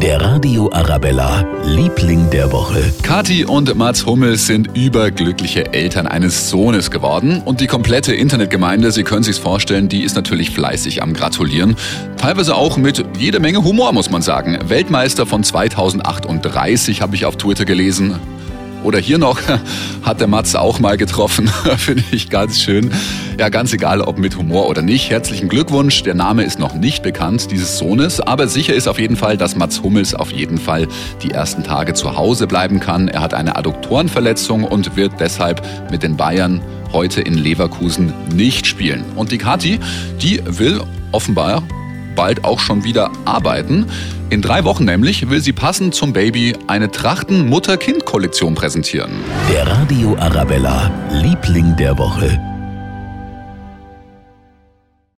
Der Radio Arabella, Liebling der Woche. Kathi und Mats Hummels sind überglückliche Eltern eines Sohnes geworden. Und die komplette Internetgemeinde, Sie können sich's vorstellen, die ist natürlich fleißig am Gratulieren. Teilweise auch mit jede Menge Humor, muss man sagen. Weltmeister von 2038 habe ich auf Twitter gelesen. Oder hier noch, hat der Mats auch mal getroffen, finde ich ganz schön. Ja, ganz egal, ob mit Humor oder nicht. Herzlichen Glückwunsch, der Name ist noch nicht bekannt, dieses Sohnes. Aber sicher ist auf jeden Fall, dass Mats Hummels auf jeden Fall die ersten Tage zu Hause bleiben kann. Er hat eine Adduktorenverletzung und wird deshalb mit den Bayern heute in Leverkusen nicht spielen. Und die Kathi, die will offenbar bald auch schon wieder arbeiten. In 3 Wochen nämlich will sie passend zum Baby eine Trachten-Mutter-Kind-Kollektion präsentieren. Der Radio Arabella, Liebling der Woche.